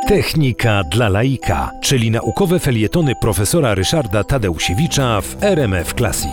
Technika dla laika, czyli naukowe felietony profesora Ryszarda Tadeusiewicza w RMF Classic.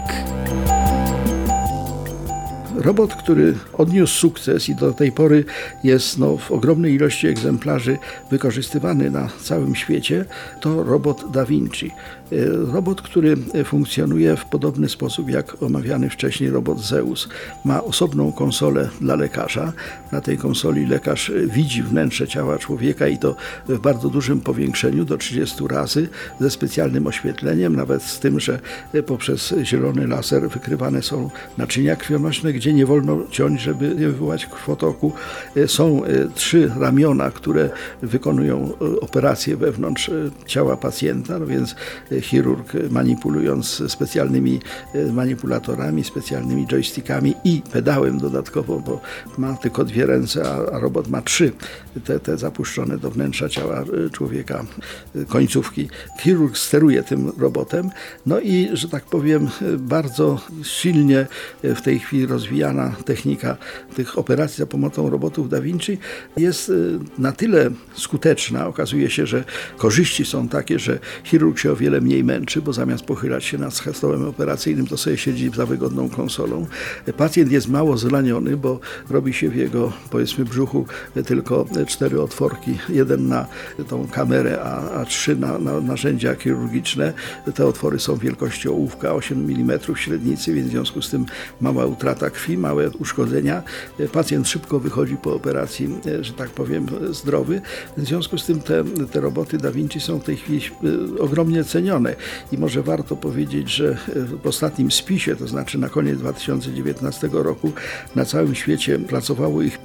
Robot, który odniósł sukces i do tej pory jest w ogromnej ilości egzemplarzy wykorzystywany na całym świecie, to robot Da Vinci. Robot, który funkcjonuje w podobny sposób jak omawiany wcześniej robot Zeus. Ma osobną konsolę dla lekarza. Na tej konsoli lekarz widzi wnętrze ciała człowieka i to w bardzo dużym powiększeniu, do 30 razy, ze specjalnym oświetleniem, nawet z tym, że poprzez zielony laser wykrywane są naczynia krwionośne, gdzie nie wolno ciąć, żeby nie wywołać krwotoku. Są 3 ramiona, które wykonują operacje wewnątrz ciała pacjenta, więc chirurg, manipulując specjalnymi manipulatorami, specjalnymi joystickami i pedałem dodatkowo, bo ma tylko 2 ręce, a robot ma 3, te zapuszczone do wnętrza ciała człowieka końcówki. Chirurg steruje tym robotem, i, że tak powiem, bardzo silnie w tej chwili rozwijana technika tych operacji za pomocą robotów Da Vinci jest na tyle skuteczna. Okazuje się, że korzyści są takie, że chirurg się o wiele mniej męczy, bo zamiast pochylać się nad stołem operacyjnym, to sobie siedzi za wygodną konsolą. Pacjent jest mało zraniony, bo robi się w jego, powiedzmy, brzuchu tylko 4 otworki. 1 na tą kamerę, a 3 na narzędzia chirurgiczne. Te otwory są wielkości ołówka, 8 mm średnicy, więc w związku z tym mała utrata krwi, małe uszkodzenia. Pacjent szybko wychodzi po operacji, że tak powiem, zdrowy. W związku z tym te roboty Da Vinci są w tej chwili ogromnie cenione i może warto powiedzieć, że w ostatnim spisie, to znaczy na koniec 2019 roku, na całym świecie pracowało ich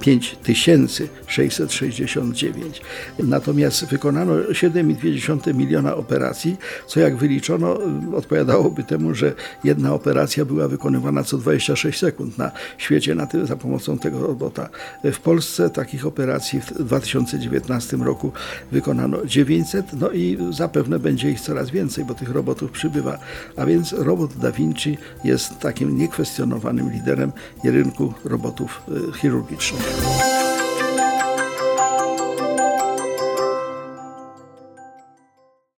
5669. Natomiast wykonano 7,2 miliona operacji, co jak wyliczono odpowiadałoby temu, że jedna operacja była wykonywana co 26 sekund na świecie za pomocą tego robota. W Polsce takich operacji w 2019 roku wykonano 900, i zapewne będzie ich coraz więcej, bo tych robotów przybywa. A więc robot Da Vinci jest takim niekwestionowanym liderem rynku robotów chirurgicznych.